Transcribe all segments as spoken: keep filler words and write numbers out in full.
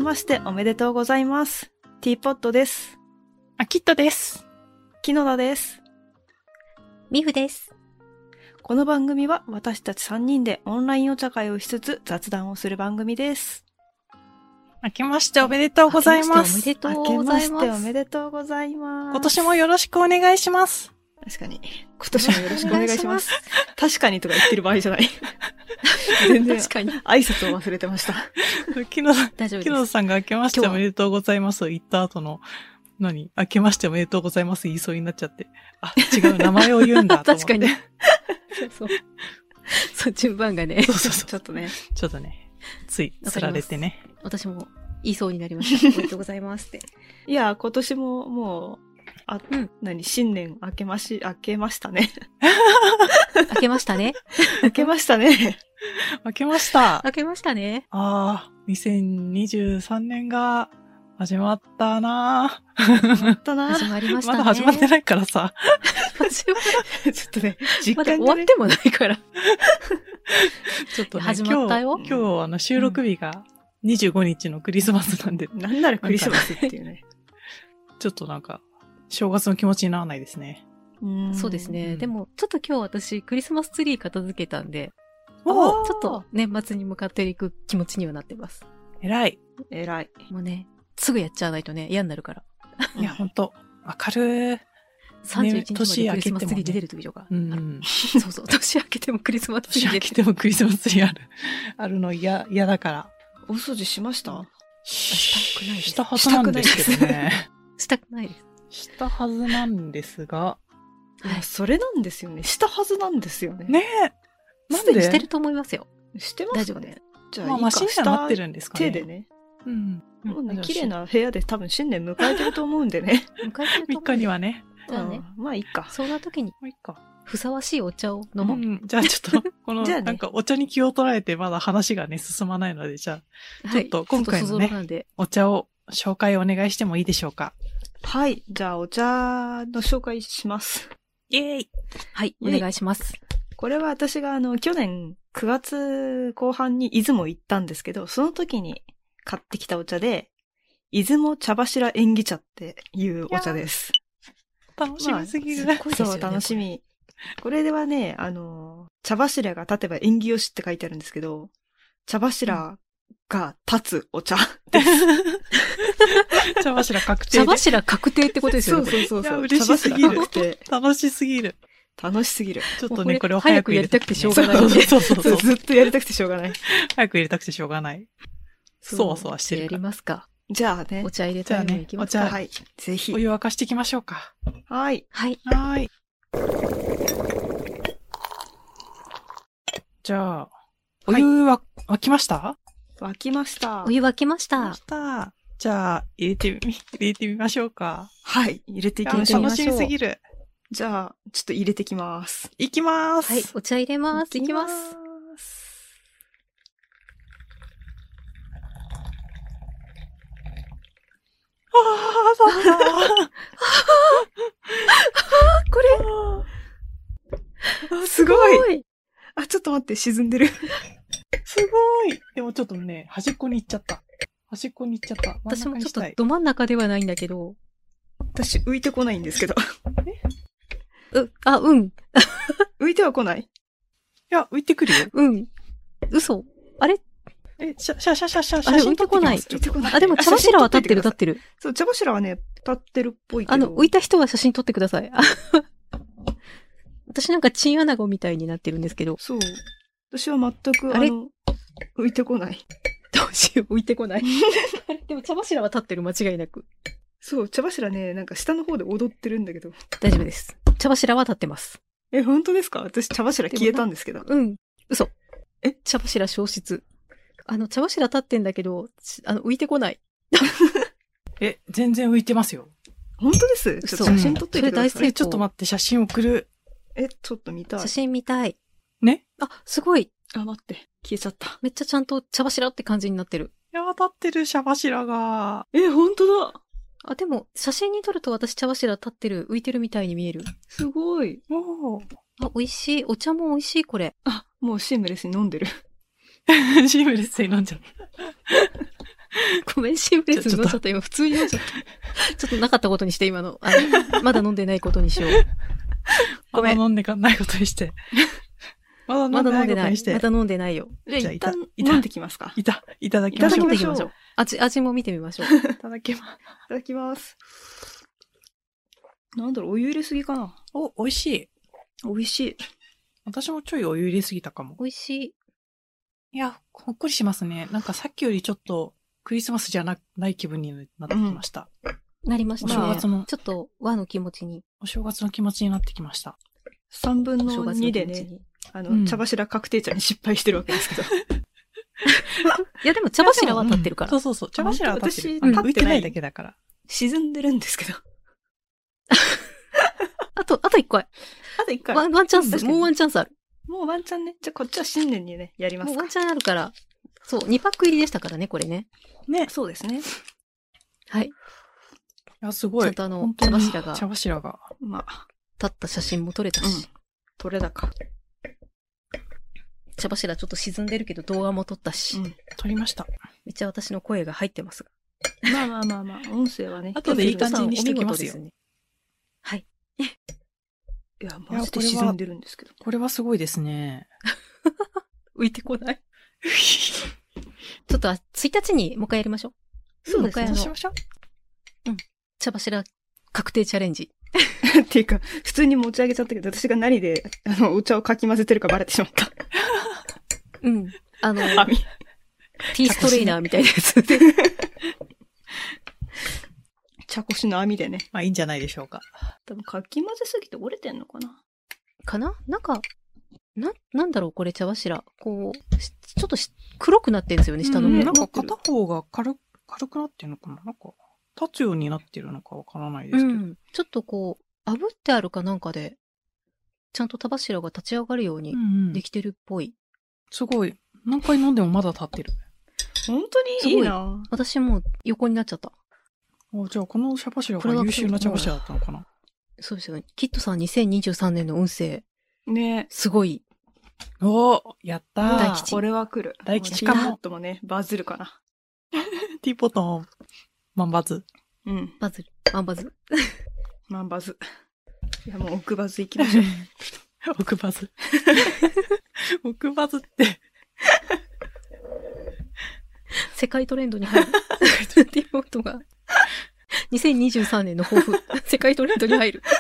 ましておめでとうございます。ティーポットです。 あ、キットです。 木野田です。 ミフです。 この番組は私たちさんにんでオンラインお茶会をしつつ雑談をする番組です。 明けましておめでとうございます。 明けましておめでとうございます。 明けましておめでとうございます。 今年もよろしくお願いします。 確かに。今年もよろしくお願いします。確かにとか言ってる場合じゃない。全然、 確かに。 挨拶を忘れてました。 木野さん、 大丈夫です。 木野さんが明けましておめでとうございますを言った後の、何明けましておめでとうございます言いそうになっちゃって。あ、違う、名前を言うんだと思って。 確かに。そうそう。そう、順番がね。 そうそうそう。 ちょっとね。 ちょっとね、つい、つられてね。 私も言いそうになりました。おめでとうございますって。 いや、今年ももう、あ、 うん、 何、新年明けまし、明けましたね。 明けましたね。 明けましたね。 明けました。 明けましたね。 ああ、にせんにじゅうさんねんが始まったなぁ。 始まったな始まりましたね。 まだ始まってないからさ。 始まっちょっとね、実まだ感が、ね、 終わってもないから。 ちょっとね、 始まったよ。 今日、今日あの収録日がにじゅうごにちのクリスマスなんで。 うん、なんならクリスマスっていうね。 ちょっとなんか、正月の気持ちにならないですね。 うんそうですね、うん。でも、ちょっと今日私クリスマスツリー片付けたんで、 おちょっと年末に向かっていく気持ちにはなってます。 偉い。 偉い。 もうね、すぐやっちゃわないとね、嫌になるから。 いや、ほんと、わかる。 さんじゅういちにちまでクリスマスツリー出てる時とか。 うん、 そうそう、年明けてもクリスマスツリー出てる。 年明けてもクリスマスツリーある。あるの嫌、嫌だから。 お掃除しました？ したくないです。 したはずなんですけどね。 したくないです。 したはずなんですが。 いや、それなんですよね。したはずなんですよね。 ねえ。 なんでしてると思いますよ。 してますね。 大丈夫ね。 じゃあ、 まあ、マシンにはなってるんですかね。 手でね。 うん。 もうね、綺麗な部屋で多分新年迎えてると思うんでね。 迎えてると思う。 みっかにはね。 じゃあね。 まあいいか。 そんな時に。 もういいか。 ふさわしいお茶を飲もう。 うん、じゃあちょっと、この、 ね、 なんかお茶に気を取られてまだ話がね、進まないので、じゃあ、ちょっと今回のね、はい、お茶を紹介お願いしてもいいでしょうか。 はい。じゃあお茶の紹介します。 イェーイ。 はい、お願いします。 これは私があの、去年くがつこう半に出雲行ったんですけど、その時に買ってきたお茶で、出雲茶柱縁起茶っていうお茶です。 楽しみすぎる。 まあ、すっごいですよね、そう、楽しみ。これではね、あの、茶柱が立てば縁起よしって書いてあるんですけど、茶柱が立つお茶です。 茶柱確定。 茶柱確定ってことですよね。 そうそうそうそう。 嬉しすぎる。楽しすぎる。 楽しすぎる。 ちょっとね、これを早くやりたくてしょうがない。 そうそうそうそう。 ずっとやりたくてしょうがない。 早くやりたくてしょうがない。そわそわしてる。 やりますか。 じゃあね。 お茶入れたいのに行きますか。 はい。ぜひ。 お湯沸かしていきましょうか。 はい。 はい。 はい。じゃあ、お湯は沸きました？ 沸きました。 お湯沸きました。 じゃあ、入れてみ、入れてみましょうか。 はい。入れていきましょう。 楽しみすぎる。 じゃあ、ちょっと入れてきます。 いきます。 はい。お茶入れます。いきます。 ああ、そうだ。 これ。すごい。あ、ちょっと待って、沈んでる。 すごい。でもちょっとね、端っこに行っちゃった。端っこに行っちゃった。 私もちょっとど真ん中ではないんだけど。 私浮いてこないんですけど。 えう、あ、うん。 浮いては来ない？いや、浮いてくるよ。 うん。嘘。あれえ、シャシャシャシャシャシャ。 あれ浮いてこない。 浮いてこない。 あ、でも茶柱は立ってる立ってる。 そう、茶柱はね、立ってるっぽいけど。 あの、浮いた人は写真撮ってください。私なんかチンアナゴみたいになってるんですけど。 そう。私は全く、あれあの、浮いてこない。 どうしよう、浮いてこない。でも茶柱は立ってる、間違いなく。 そう、茶柱ね、なんか下の方で踊ってるんだけど。 大丈夫です。茶柱は立ってます。 え、本当ですか？私茶柱消えたんですけど。 うん。嘘。 え？ 茶柱消失。あの、茶柱立ってんだけど、あの、浮いてこない。 え、全然浮いてますよ。 本当です？ちょっと写真撮っといてください。 それ大成功。 ちょっと待って、写真送る。 え、ちょっと見たい。 写真見たい。 ね？ あ、すごい。 あ、待って。消えちゃった。 めっちゃちゃんと茶柱って感じになってる。 いや、立ってる茶柱が。 え、本当だ。 あ、でも、写真に撮ると私茶柱立ってる、浮いてるみたいに見える。 すごい。 おー。 あ、美味しい。お茶も美味しい、これ。 あ、もうシームレスに飲んでる。 シームレスに飲んじゃう。 ごめん、シームレスに飲んじゃった。今普通に飲んじゃった。ちょっとなかったことにして、今の。あのまだ飲んでないことにしよう。ごめん。 まだ飲んでかないことにして。まだ飲まんでないだ飲んでない。 ことにして。 まだ飲んでないよ。 じゃあじゃあ一旦いた飲んできますか。 いた、いただきいただましょう。 飲んできましょういきましょう。味、味も見てみましょう。 いただきます。 いただきます。なんだろう、お湯入れすぎかな。 お、美味しい。 美味しい。 私もちょいお湯入れすぎたかも。 美味しい。 いや、ほっこりしますね。なんかさっきよりちょっとクリスマスじゃなない気分になってきました。 なりましたね。 お正月のちょっと和の気持ちに。 お正月の気持ちになってきました。 三分のお正月の二でね、 気持ちに。 あの、 うん茶柱確定茶に失敗してるわけですけど。 いや、でも茶柱は立ってるから。 そうそうそう。茶柱は立ってる。 私うん立ってない浮いてないだけだから。 沈んでるんですけど。 あと、あと一回。 あと一回。 ワン、ワンチャンス。 確かにもうワンチャンスある。 もうワンチャンね。じゃあこっちは新年にね、やりますかもうワン。チャンあるから。そう、にパック入りでしたからね、これね。 ね。 そうですね。 はい。 いや、すごい。 ちゃんとあの本当に茶柱が茶柱が。 まあ、 立った写真も撮れたし。 取れ高。 茶柱ちょっと沈んでるけど動画も撮ったし。 うん。 撮りました。 めっちゃ私の声が入ってますが。 まあまあまあまあ、音声はね。 後でいい感じにしときますよお見事ですね。はい。 いや、マジで沈んでるんですけど。 これはすごいですね。 浮いてこない。ちょっとあ、ついたちにもう一回やりましょう。 そうですねもう一回あのそうしましょう。 茶柱確定チャレンジ。 っていうか、普通に持ち上げちゃったけど、私が何で、あの、お茶をかき混ぜてるかバレてしまった。 うん。あの、 網。 ティーストレーナーみたいなやつで。 茶こしの網でね。 まあいいんじゃないでしょうか。 多分かき混ぜすぎて折れてんのかな。 かななんか、な、なんだろうこれ茶柱。こう、しちょっとし黒くなってんですよね、下のう方。 なんか片方が軽く、軽くなってるのかななんか、立つようになってるのかわからないですけど。 うん。ちょっとこう、炙ってあるかなんかで、ちゃんと田柱が立ち上がるようにうんうんできてるっぽい。 すごい。何回飲んでもまだ立ってる。 本当にいいな。 私もう横になっちゃった。 あ、じゃあこの茶柱これはが優秀な茶柱だったのかなそうですよね。キッドさんにせんにじゅうさんねんの運勢、 ねすごい。 おーやったー大吉これは来る。 大吉かかもも。ともね、バズるかな。 ティーポトン、万バズ。 うん。 バズる。ワンバズ。 マンバズ。いや、もう奥バズ行きましょう。 奥バズ。奥バズって。 世界トレンドに入る。っていうことが。にせんにじゅうさんねんの抱負。世界トレンドに入る。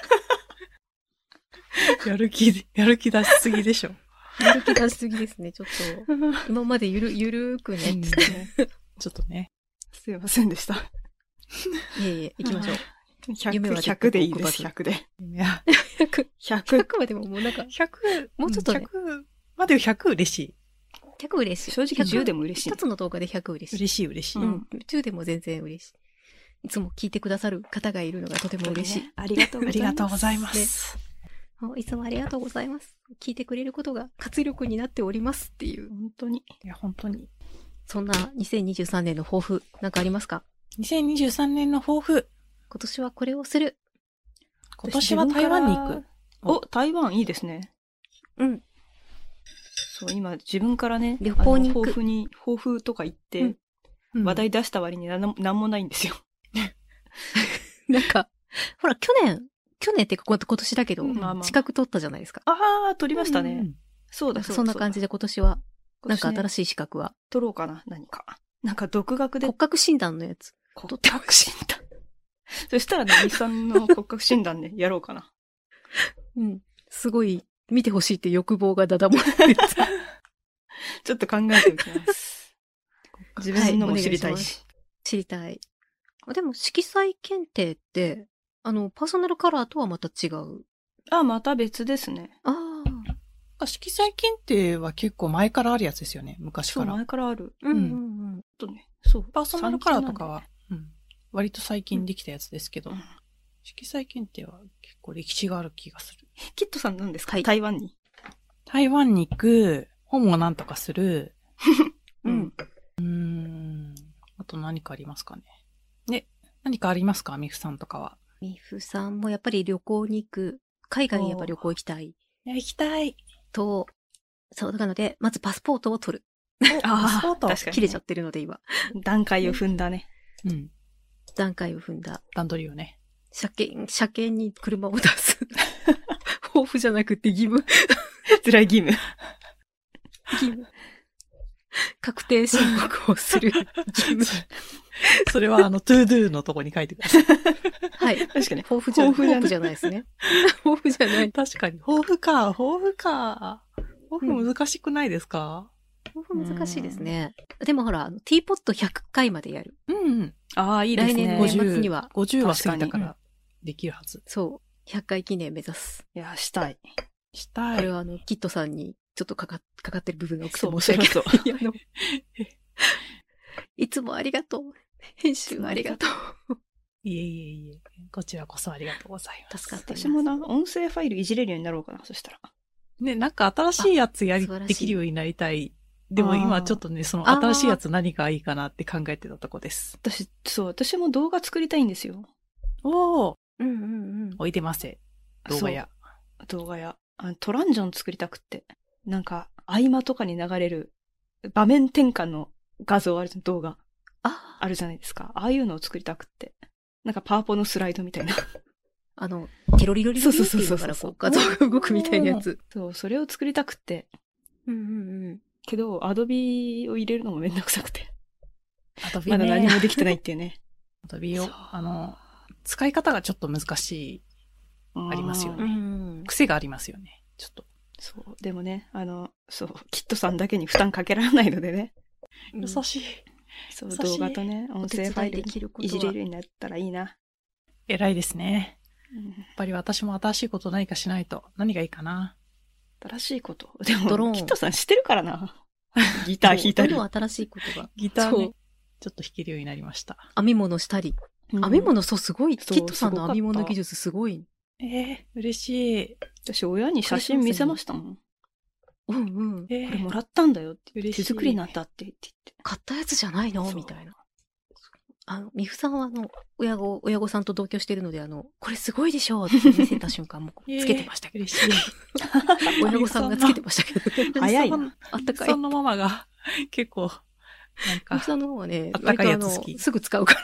やる気、やる気出しすぎでしょ。 やる気出しすぎですね、ちょっと。今までゆる、ゆるーくね。 ちょっとね。 すいませんでした。 いえいえ、行きましょう。夢 100、 はひゃくでいいです、 奥バひゃくで。 いや、 ひゃく。 ひゃく。 ひゃくはでももうなんか、 ひゃく、 もうちょっとねひゃくまでひゃく嬉しい。 ひゃく嬉しい。 正直じゅうでも嬉しい一。つの動画でひゃく嬉しい。 嬉しい嬉しい。 うん。じゅうでも全然嬉しい。いつも聞いてくださる方がいるのがとても嬉しい。 ありがとうございます。 ありがとうございます。 あいつもありがとうございます。聞いてくれることが活力になっておりますっていう。 本当に。 いや、本当に。 そんなにせんにじゅうさんねんの抱負、なんかありますか？ にせんにじゅうさんねんの抱負。 今年はこれをする。 今年は台湾に行く。 お、台湾いいですね。 うん。 そう、今自分からね、 旅行に行くあの抱負に、抱負とか言って、 うんうん話題出した割になんなんもないんですよ。 なんか、ほら、去年、去年っていうかこ今年だけど、 うんまあまあ資格取ったじゃないですか。 あー、取りましたね。 うんそうだ、そうだ。 そんな感じで今年は、なんか新しい。 しい資格は、 取ろうかな、何か。なんか独学で骨格診断のやつ。 骨格診断。そしたらね、日産の骨格診断ね、やろうかな。 うん。すごい、見てほしいって欲望がだだ漏れてた。 ちょっと考えておきます。自分のも知りたいはいお願いし。 知りたい。あでも、色彩検定って、あの、パーソナルカラーとはまた違う。 あ、また別ですね。 ああ。 色彩検定は結構前からあるやつですよね。昔そう、 から。 前からある。 うんうんうん。 とね、そう。 パーソナルカラーとかは最、 うん、割と最近できたやつですけど、 うん色彩検定は結構歴史がある気がする。 近なんでキットさん何ですか、 はい台湾に。 台湾に行く、本をなんとかする、 うん。 うーん、あと何かありますかね。ね、何かありますかミフさんとかは。 ミフさんもやっぱり旅行に行く。海外にやっぱ旅行行きたい。 いや、行きたい。 と、そう、なので、まずパスポートを取る。 あそうと。 確かに切れちゃってるので今。 段階を踏んだね。 うん。 段階を踏んだ。 段取りをね。 車検、車検に車を出す。抱負じゃなくて義務。 辛い義務。 義務。確定申告をする義務。 それはあの、トゥードゥのとこに書いてください。 はい。 確かに。 抱負じゃない。 抱負じゃない抱負じゃないですね。抱負じゃない。 確かに。抱負か、抱負か。抱負難しくないですか？ 抱負難しいですね。でもほら、ティーポットひゃっかいまでやる。 うんうん。 ああ、いいですね。 来年の年末には。 ごじゅうは過ぎた確かにから、できるはず。 そう。ひゃっかい記念目指す。 いや、したい。 したい。 これはあの、キットさんにちょっとかか、かかってる部分が多くてそう申し訳そうない。あの、いつもありがとう。編集ありがとう。 いえいえいえ。こちらこそありがとうございます。 助かってます。 私もな、音声ファイルいじれるようになろうかな、そしたら。 ね、なんか新しいやつやり素晴らしいできるようになりたい。でも今ちょっとね、そのあー新しいやつ何がいいかなって考えてたとこです。 私、そう、私も動画作りたいんですよ。 おー、 うんうんうん。 おいでませ。動画や。 動画や。あのトランジョン作りたくって。なんか、合間とかに流れる場面転換の画像あるじゃん、動画。 あ、 あるじゃないですか。ああいうのを作りたくって。なんかパワポのスライドみたいな。 あの、テロリロリロリっていうのからこう画像が動くみたいなやつ。 そう、それを作りたくって。 うんうんうん。 けど、アドビを入れるのもめんどくさくて。 アドビまだ何ね。 もできてないっていうね。 アドビをそう、 あの、使い方がちょっと難しい。ありますようねん。 癖がありますよね。ちょっと。 そう。でもね、あの、そう、キットさんだけに負担かけられないのでね。 うん優しい。 そう、 優しい動画とね、音声ファイルお手伝いできることはいじれるようになったらいいな。 偉いですね。 うん、 やっぱり私も新しいこと何かしないと。何がいいかな。 新しいこと。でも、 ドローンキットさん知ってるからな。ギター弾いたりどん。どん新しいことが。 ギターねそう、 ちょっと弾けるようになりました。 編み物したり。 うん編み物、そう、すごい。 そうキットさんの編みすごかった物技術すごい。 ええー、嬉しい。 私、親に写真見せましたもん。 うんうん。 えこれもらったんだよって。 嬉しい手作りなんだって言って買ったやつじゃないのそうみたいな。あの、みふさんはあの、親御、親御さんと同居してるので、あの、これすごいでしょって見せた瞬間もうつけてましたけど。 嬉しい。 親御さんがつけてましたけど。 早いな。 あったかい。 そのママが結構、なんみかふ、さんの方はね、 あったかいやつ割とあの好きすぐ使うから。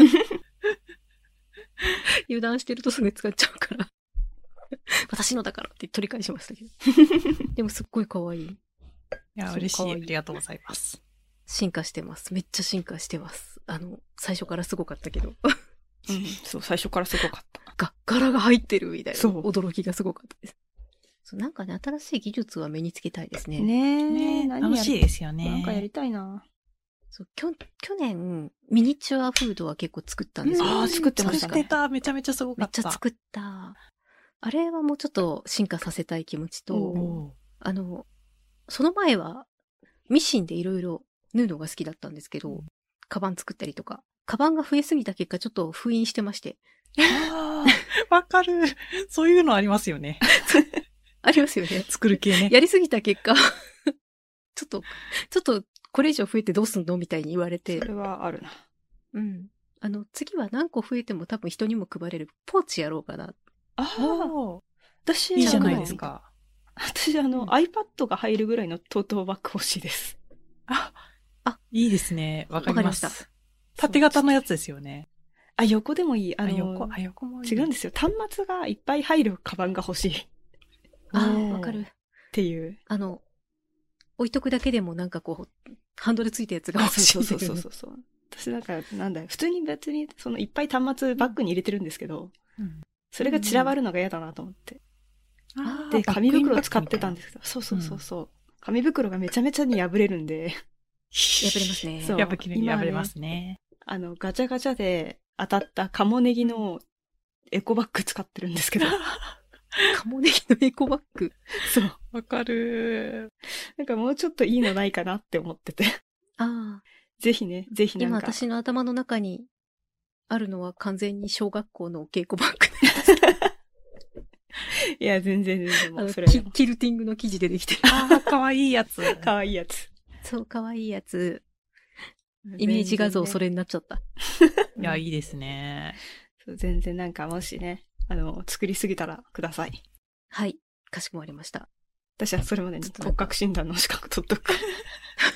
油断してるとすぐ使っちゃうから。私のだからって取り返しましたけど。でもすっごい可愛い。 いや、 そう嬉しい。あかわいいりがとうございます。 進化してます。めっちゃ進化してます。あの、最初からすごかったけど。 うん、そう、最初からすごかった。 が、柄が入ってるみたいな。 そう驚きがすごかったです。そうなんかね、新しい技術は身につけたいですね。 ねえ、 ね何やる楽しいですよね。 なんかやりたいな。 そうきょ去年、ミニチュアフードは結構作ったんですよ。 あー作ってましたね作ってた。めちゃめちゃすごかった。 めっちゃ作った。あれはもうちょっと進化させたい気持ちと、 おーあの、その前はミシンでいろいろ縫うのが好きだったんですけど、カバン作ったりとか、カバンが増えすぎた結果ちょっと封印してまして。 あーわかる。そういうのありますよね。 ありますよね。 作る系ね。 やりすぎた結果、ちょっと、ちょっとこれ以上増えてどうすんのみたいに言われてそ、れはあるな。 うん。あの、次は何個増えても多分人にも配れるポーチやろうかな。 ああ、 おー私、 いいじゃないですか。 私、あの、 うん iPad が入るぐらいのトートバッグ欲しいです。 あ、 あいいですね。わかりま。 わかりますした縦型のやつですよね。 あ、横でもいい。ああ、 の、 横、あ、横もいい。 違うんですよ。端末がいっぱい入るカバンが欲しい。っああ、 おーわかる。 ていう。 あの、置いとくだけでもなんかこう、ハンドルついたやつがあ、 欲しいそうそうそうそうそう。私なんか、なんだよ。普通に別に、そのいっぱい端末バッグに入れてるんですけど、 うんそれが散らばるのが嫌だなと思って。 あーで、紙袋を使ってたんす。 ですけど、そうそうそうそう。紙袋がめちゃめちゃに破れるんで、 破れますね。 そう破れ今はね破れますね。 あの、ガチャガチャで当たったカモネギのエコバッグ使ってるんですけど、 カモネギのエコバッグ。 そう。 わかる。 なんかもうちょっといいのないかなって思ってて。 ああ、 ぜひね、ぜひなん今か。 私の頭の中にあるのは完全に小学校のお稽古バッグいや、全然全然もあのうそれキキルティングの生地でできてる。 ああ、かわいいやつ。 かわいいやつ。 そう、かわいいやつ。イメージ画像それ。 れになっちゃった。 いや、いいですね。 そう全然なんかもしね、あの、作りすぎたらください。 はい。かしこまりました。 私はそれまでに骨格診断の資格取っとくから。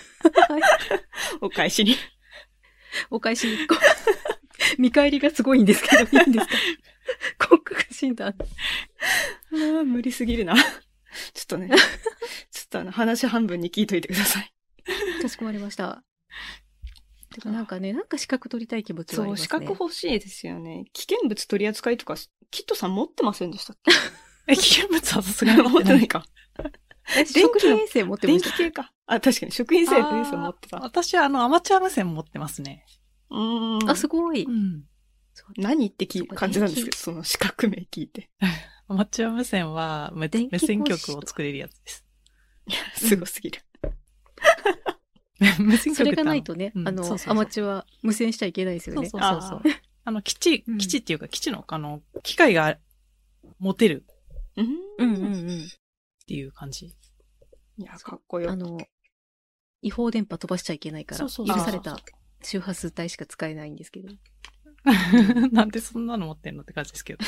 はい。 お返しに。 お返しに行こう。見返りがすごいんですけど、いいんですか？骨格診断。 あー無理すぎるな。ちょっとね、ちょっとあの、話半分に聞いといてください。 かしこまりました。でもなんかね、なんか資格取りたい気持ちはありそう、 ますね。 資格欲しいですよね。危険物取り扱いとか、キットさん持ってませんでしたっけ？ え、危険物はさすがに持ってない。 か。 え、食品衛生持ってま電した。 気系か。あ、確かに食品製品持ってた。 あー私はあの、アマチュア無線持ってますね。 うーん。 あ、すごい。 うん。 何って聞いそうか感じなんですけど、その資格名聞いて。 アマチュア無線は無電気無線講師局を作れるやつです。 すごすぎる。 無線局ってそれがないとね、 うんあの、 そうそうそうアマチュア無線しちゃいけないですよね。 そうそうそうあーあの、基地うん、 基地っていうか、基地の、あの、機械が持てるうん。 うんうんうん。 っていう感じ。 いや、かっこよ。 あの、違法電波飛ばしちゃいけないから、許そうそうそうされた周波数帯しか使えないんですけど。 なんでそんなの持ってんのって感じですけど。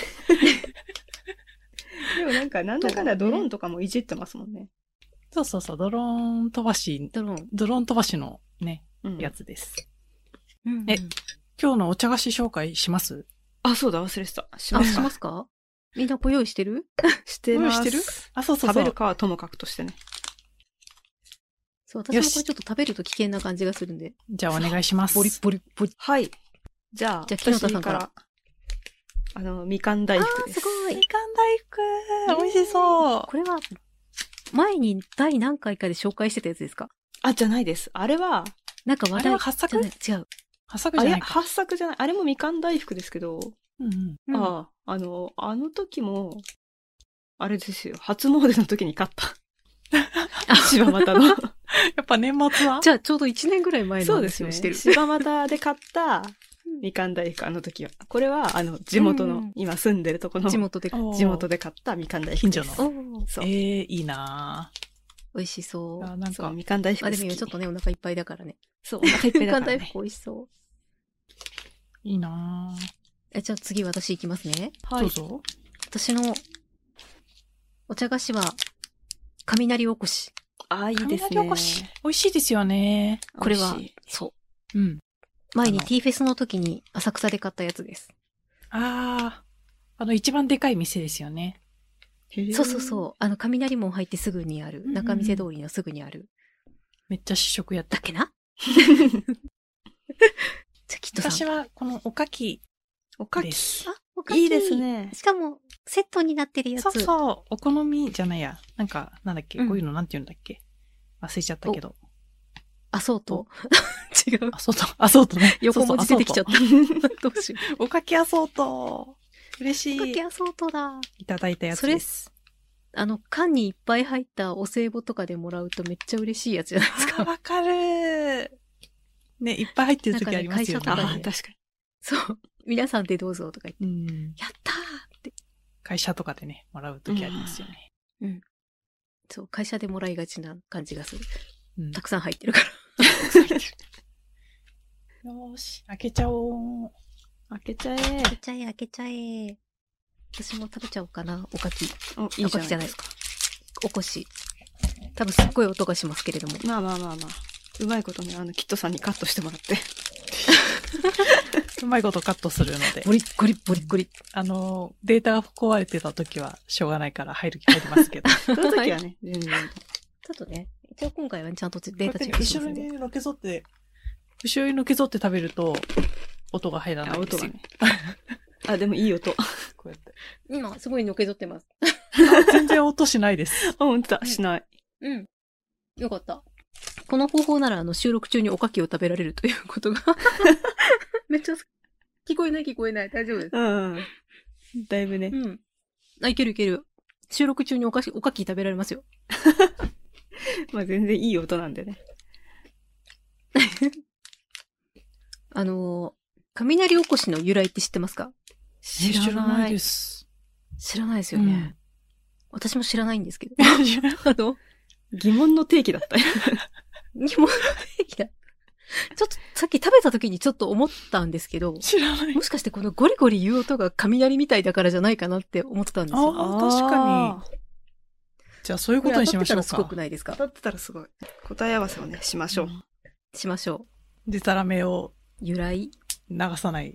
でもなんか、なんだかんだドローンとかもいじってますもんね。 そうそうそう、ドローン飛ばし、 ドローン。 ドローン飛ばしのね、 うんやつです。 うんうんえ今日のお茶菓子紹介します？ あ、そうだ、忘れてた。しまあ、 すかしますか？みんなご用意してる？ してます。 用意してるあ、そうそうそう。 食べるかはともかくとしてね。 そう、私もこれちょっと食べると危険な感じがするんで。 じゃあお願いします。 ボリボリボリ。 はい。じゃあ、 じゃあ木野田さん私からあの、みかん大福です。 あーすごいみかん大福美味しそう。 これは、前に第何回かで紹介してたやつですか？ あ、じゃないです。あれは、 なんか話題あれは八作じゃない違う。 はさくあ、いや、 じゃないか。 八作じゃない。あれもみかん大福ですけど、 うんうん。 うんああ、あの、あの時も、あれですよ。初詣の時に買った。柴又の。 やっぱ年末はじゃあちょうどいちねんぐらい前のそうですね。 話をしてる。 柴又で買ったみかん大福、あの時は。これは、あの、地元の、 うん今住んでるとこの、 地元で。 おー地元で買ったみかん大福です。 近所おーそう。 えー、いいな美味しそぁ。 う。 あなんかそう、、みかん大福あ、 好き。 でも今ちょっとね、お腹いっぱいだからね。 そう、お腹いっぱいみかん大だからね。 福美味しそう。 いいなぁ。 え、じゃあ次私行きますね。 はい。 どうぞ。 私のお茶菓子は、雷おこし。 ああ、いいですね。 雷おこし。美味しいですよね。 これは美味しい、 そう。 うん。 前にあの T フェスの時に浅草で買ったやつです。 あー、あの一番でかい店ですよね。 そうそうそう。あの、雷門入ってすぐにある。 うんうん中見世通りのすぐにある。 めっちゃ試食やっただっ。けなじゃあ、きっとさん。 私はこのおかきおかき。 です。 あ、おかきいいです。ね。 しかも、セットになってるやつ。 そうそう。お好みじゃないや。なんか、なんだっけ、 うんこういうのなんて言うんだっけ。忘れちゃったけど。 あ、そうと。違う。 あ、そうと、あ、そうとね。 横文字出てきちゃった。 た。どうしよおかきあそうと。嬉しう。おかい。 きアソートだ。 いただいたやつです。 あの、缶にいっぱい入ったお歳暮とかでもらうとめっちゃ嬉しいやつじゃないですあー、 か。 わかる。ね、いっぱい入ってる時ありますよね。 なんかねああ、確かに。 そう。皆さんでどうぞとか言って、 うん。 やったーって。 会社とかでね、もらう時ありますよね。 そう、会社でもらいがちな感じがする。 うん。 たくさん入ってるから。 よーし、開けちゃおう。 開けちゃえ。 開けちゃえ、開けちゃえ。私も食べちゃおうかな、おかき。 お、いいじゃないですか。 おこし。多分すっごい音がしますけれども。 まあまあまあまあ。うまいことね、あの、キットさんにカットしてもらって。 うまいことカットするのでボ。リッゴリッボリッゴリ。 あの、データが壊れてた時はしょうがないから入る、入りますけど。 その時はね、全然。 ちょっとね、一応今回はちゃんとデータチェッこうクしますんで。 やって後ろにのけぞって、後ろにのけぞって食べると、音が入らなあ、 いんですよ。 音がね。あ、でもいい音。あ、 こうやって。 今、すごいのけぞってます。 全然音しないです。 ほんとだ、しない。 うん。よかった。この方法なら、あの、収録中におかきを食べられるということが。めっちゃ、聞こえない聞こえない。大丈夫です。 うんうん。だいぶね。 うん。あ、いけるいける。収録中におかし、おかき食べられますよ。 まあ全然いい音なんでね。 あのー、雷おこしの由来って知ってますか？ 知らない。 です。 知らないですよね。私も知らないんですけど。 うん。 あの、 疑問の定期だったよ。 疑問の定義だ。ちょっと、さっき食べた時にちょっと思ったんですけど、 知らないも。しかしてこのゴリゴリ言う音が雷みたいだからじゃないかなって思ってたんですよ。 あー確かに。じゃあそういうことにしましょうか。 これ当たってたらすごくないですか？ 当たってたらすごい。答え合わせをね、しましょう。 しましょデタラメをう。由来。 流さない。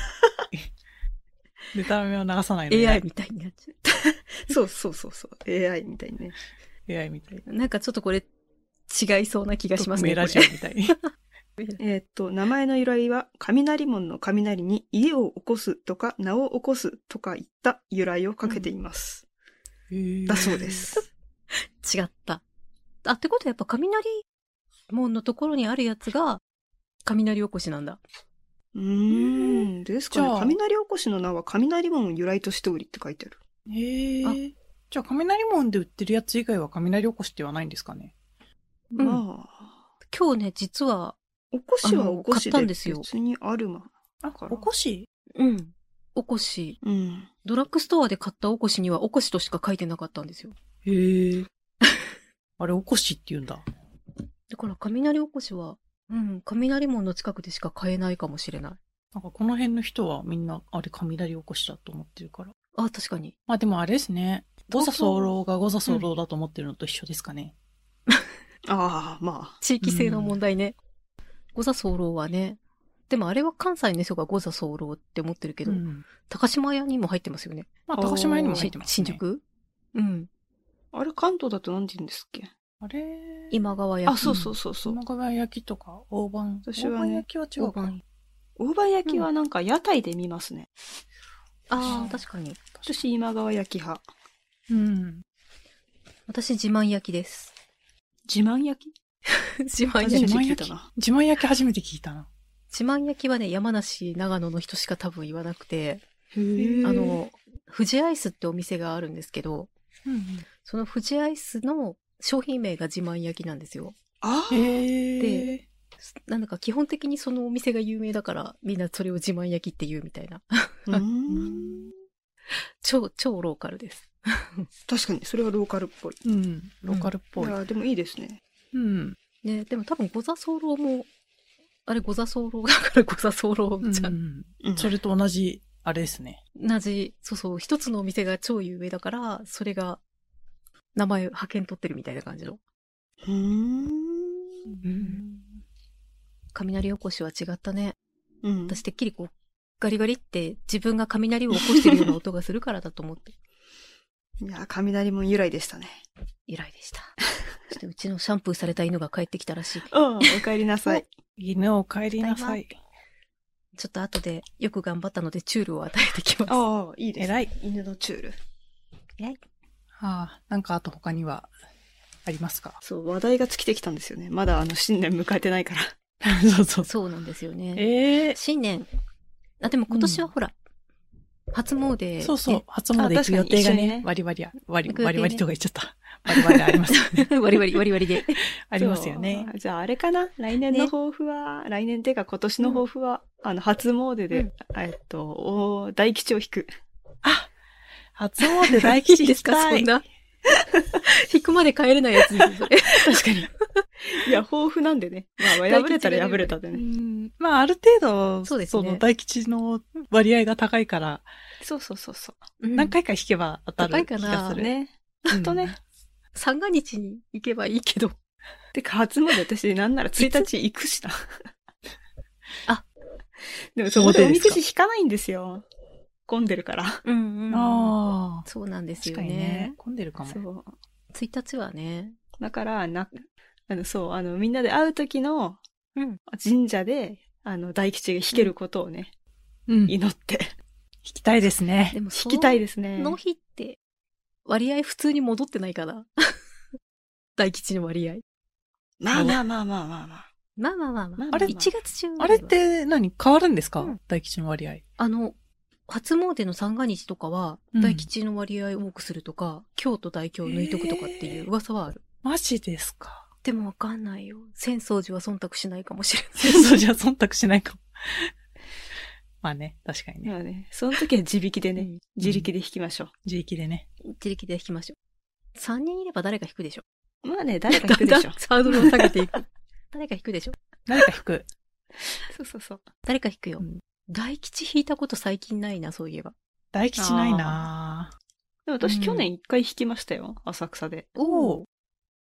デタラメを流さないのエーアイね。 みたいになっちゃそうそうそうそう。エーアイ みたいにね。 エーアイ みたい。 う。なんかちょっとこれ違いそうな気がしますね。 匿名ラジオみたいに。 えーっと、名前の由来は、雷門の雷に家を起こすとか名を起こすとかいった由来をかけています。だそうで。す。 違った。あ、ってことはやっぱ雷門のところにあるやつが雷おこしなんだ。 うーん。ですかね。 じゃあ雷起こしの名は雷門を由来としておりって書いてある。 へえ。 あじゃあ、雷門で売ってるやつ以外は雷おこしではないんですかね。 うんまあ、 今日ね、実は、 起こしは起こしあの買ったんでですよ別にあるま。 あ、 からおこしうん。おこし。 うん。 ドラッグストアで買ったおこしにはおこしとしか書いてなかったんですよ。 へえ。あれ、おこしって言うんだ。 だから雷おこしは、うん、雷門の近くでしか買えないかもしれない。 なんかこの辺の人はみんな、あれ、雷おこしだと思ってるから。 あ、確かに。 まあでもあれですね。五座候が五座候だと思ってるのと一緒ですかね。 ああ、まあ。 地域性の問題ね。五座候はね。でもあれは関西の人が五座候って思ってるけど、 うん。 高島屋にも入ってますよね。 まあ、高島屋にも入ってますね。 新宿うん。 あれ、関東だと何て言うんですっけ？ あれ今川焼き。 あ、そうそうそうそう。 今川焼きとか、大判。 私はね大判焼きは違うか。 大判大判焼きはなんか屋台で見ますね。 ああ、確かに。 私、今川焼き派。 うん。 私自慢焼きです。 自慢焼き自慢初めて焼き。 聞いたな。 自慢焼き初めて聞いたな。 自慢焼きはね、山梨、長野の人しか多分言わなくて、 へえ。 あの、富士アイスってお店があるんですけど、 うん。 その富士アイスの商品名が自慢焼きなんですよ。 ああ、 へえ。 でなんだか基本的にそのお店が有名だから、みんなそれを自慢焼きって言うみたいな。 うーん。 超、超ローカルです。 確かに、それはローカルっぽい。 うん。ローカルっぽい。 いや、でもいいですね。 うん。 ね、でも多分ゴザソウロも、あれゴザソウロだからゴザソウロじゃん。 うんうんそれと同じ、あれですね。 同じ、そうそう、一つのお店が超有名だから、それが、名前、派遣取ってるみたいな感じの。 うーん。 うん。雷おこしは違ったね。 うん。 私てっきりこう、ガリガリって自分が雷を起こしてるような音がするからだと思って、 いや、雷も由来でしたね。 以来でした。そしてうちのシャンプーされた犬が帰ってきたらしい。 うん、お帰りなさい。 犬お帰りなさい。 ちょっと後でよく頑張ったのでチュールを与えてきます。 ああ、いいですね。 偉い。 犬のチュール。 はあ、なんかあと他には、ありますか？ そう、話題が尽きてきたんですよね。まだあの、新年迎えてないから。 そうそう。 そうなんですよね。 ええ新年。あ、でも今年はほら、初詣、ね。 そうそう。初詣行く予定があ確かに一緒にねね、 割り割りあ、割り行く予定ね割り割りとか言っちゃった。割り割りありますよね。 割り割り割り割りで。 ありますよね。 そうじゃああれかな来年の抱負は、来年っていうか今年の抱負は、あの、初詣で、 うんえっと、お大吉を引く。 あ初詣大吉いいですかしたい。 そんな。引くまで帰れないやつですよ、それ。 確かに。いや、抱負なんでね。まあ、破れたら破れたでうね。 んまあ、ある程度、 そうですねの大吉の割合が高いから、 そうそうそうそう。 うん何回か引けば当たる気高いかながする。 ね。 うんきっとね。 三が日に行けばいいけど。 てか、初詣私なんならついたち行くしな。 あ。 でもそこでおみそうですかくじ引かないんですよ。混んでるから。 うんうん。 ああ。 そうなんですよ確かにねね。。 混んでるかも。 そう。 ついたちはね。 だから、な、あの、そう、あの、みんなで会う時のうん。 神社で、あの、大吉が引けることをね、 うん。引祈って、 きたいですね。 でもそ引きたいですね。 の日って、割合普通に戻ってないかな。大吉の割合。 まあまあまあまあまあまあ。 まあまあまあまあ。 まああれいちがつ中あれっ、て何変わるんですか、 うん大吉の割合。 あの、初詣の三が日とかは、 うん大吉の割合を多くするとか、京と大凶を抜いとくとかっていう噂はある。 マジですか。 でもわかんないよ。浅草寺は忖度しないかもしれない。 そうじゃ忖度しないかも。まあね、確かにね。 まあね、その時は自力でね、 うん自力で引きましょ自力でね。 自力で引きましょう。三人いれば誰か引くでしょ。 う。まあね、誰か引くでしょだんだん。ハードルを下げていく。誰か引くでしょ。 誰か引く。 そうそうそう。 誰か引くよ。 うん大吉引いたこと最近ないな、そういえば。 大吉ないなでも私、 うん去年一回引きましたよ。浅草で。 ぁ。おー。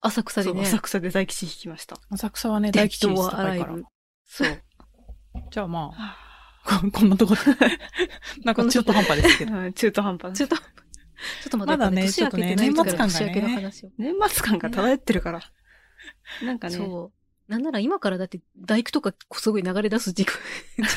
そう、 浅草でね。 浅草で大吉引きました。 浅草はね、大吉率デッド高いからアライブ。。 そう。 じゃあまあ、ここんなところで。なんか中途半端ですけど。 うん中途半端。 ちょっと、ちょっとまだまだね年明けてないちょっとね年末感がね年明けの話を。 年末感が漂ってるから。なんかね。 そう。なんなら今からだって大工とかすごい流れ出す時間。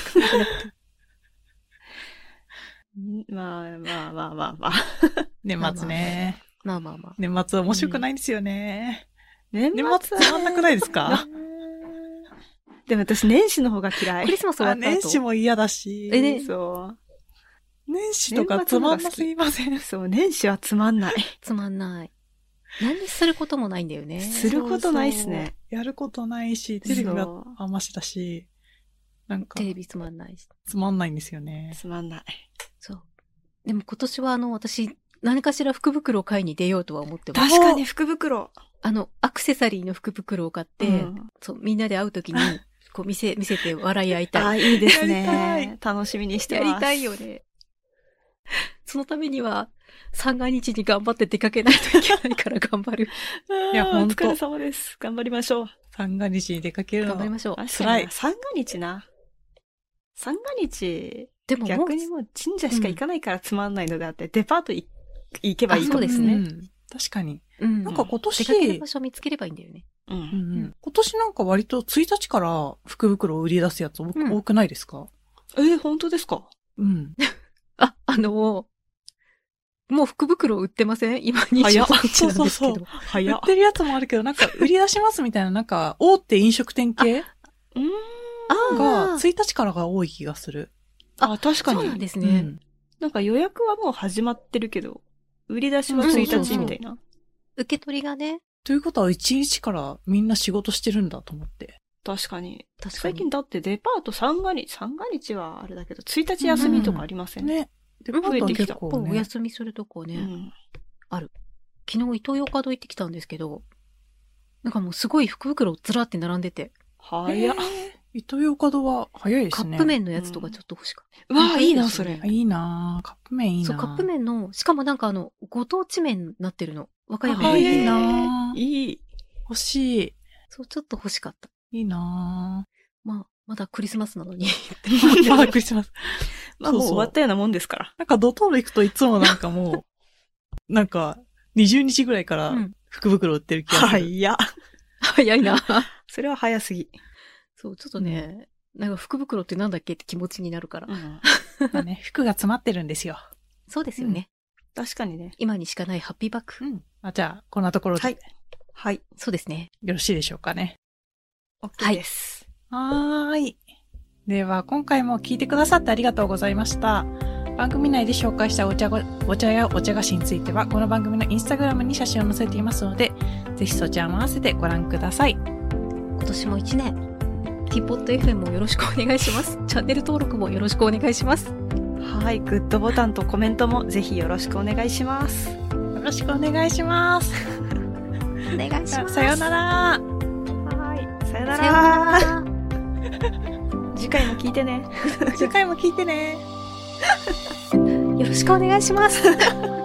まあまあまあまあまあ。 年末ね。 まあまあまあ。 年末面白くないんですよね。 年年末つまんなくないですか？ でも私年始の方が嫌い。 クリスマス終わあ、 った後。 年始も嫌だし。 えねそう。 年始とかつまんなすぎません。 そう、年始はつまんない。 つまんない。何することもないんだよね。 することないっすね。 そうそう。やることないし、テレビはあんましだし、なんかテ、レビつまんないし。 つまんないんですよね。 つまんない。 そう。でも今年はあの、私、何かしら福袋を買いに出ようとは思ってます。 確かに福袋。 あの、アクセサリーの福袋を買って、 うんそう、みんなで会うときに、こう見せ、見せて笑い合いたい。 あ、いいですやりね。楽しみにしてます。 やりたいよね。そのためには、三が日に頑張って出かけないといけないから頑張る。 いやほんとお疲れ様です。頑張りましょう。 三が日に出かけるの。 頑張りましょう。 確か辛いに三が日な。三が日、 でももう、 逆にもう神社しか行かないからつまんないのであって、デパートい行けばいいあそうですねん確かに。 うん、 なんか今年出かける場所を見つければいいんだよね。 う。 うんんうん今年なんか割とついたちから福袋を売り出すやつ多くうん多くないですか？ えー、本当ですか？ うん。 あ、あの、もう福袋売ってません？今にじゅうさんにちなんですけど。 そうそうそう売早っっ。てるやつもあるけど、なんか売り出しますみたいな、なんか大手飲食店系うーん。 あがついたちからが多い気がする。 あ、確かそうなんに。 ですね。 うん。 なんか予約はもう始まってるけど、売り出しはついたちみたいな。 受け取りがね、 ということはいちにちからみんな仕事してるんだと思って。 確かに。 確かに。 最近だってデパート三が日、三が日はあれだけど、ついたち休みとかありません？ ね。で、 うんパートは結構おね。 休みするとこね、 うん。 昨日イトーヨーカドー行ってきたんですけど、なんかもうすごい福袋ずらって並んでて、 早っ。 イトーヨーカドーは早いですね。 カップ麺のやつとかちょっと欲しかっうわあ、いいな、 うんそれ。 いいなぁ。カップ麺いいた。 なぁ。 そう、カップ麺の、しかもなんかあの、ご当地麺になってるの。和歌山あの。 いいなぁ。 いい。 欲しい。 そう、ちょっと欲しかった。 いいなまあ、まだクリスマスなのに。 ぁ。まだクリスマス。 まあもうそうそう終わったようなもんですから。 なんかドトール行くといつもなんかもう、なんか、にじゅうにちぐらいからうん福袋売ってる気がする。 早っ。 早いな。 それは早すぎ。 そう、ちょっとね、なんか福袋ってなんだっけって気持ちになるから。 うん。 まあね、服が詰まってるんですよ。 そうですよね。 確かにね。 今にしかないハッピーバッグ。 うん。あ、じゃあ、こんなところで、 はい。はい。 そうですね。 よろしいでしょうかね。 OK です。 はーい。では、今回も聞いてくださってありがとうございました。番組内で紹介したお茶ご、お茶やお茶菓子については、この番組のインスタグラムに写真を載せていますので、ぜひそちらも合わせてご覧ください。 今年も一年、ティーポット エフエム もよろしくお願いします。チャンネル登録もよろしくお願いします。 はい。グッドボタンとコメントもぜひよろしくお願いします。 よろしくお願いします。 お願いします。 さようなら。 はい。さよなさようなら。 ら。 次回も聞いてね。 次回も聞いてね。 よろしくお願いします。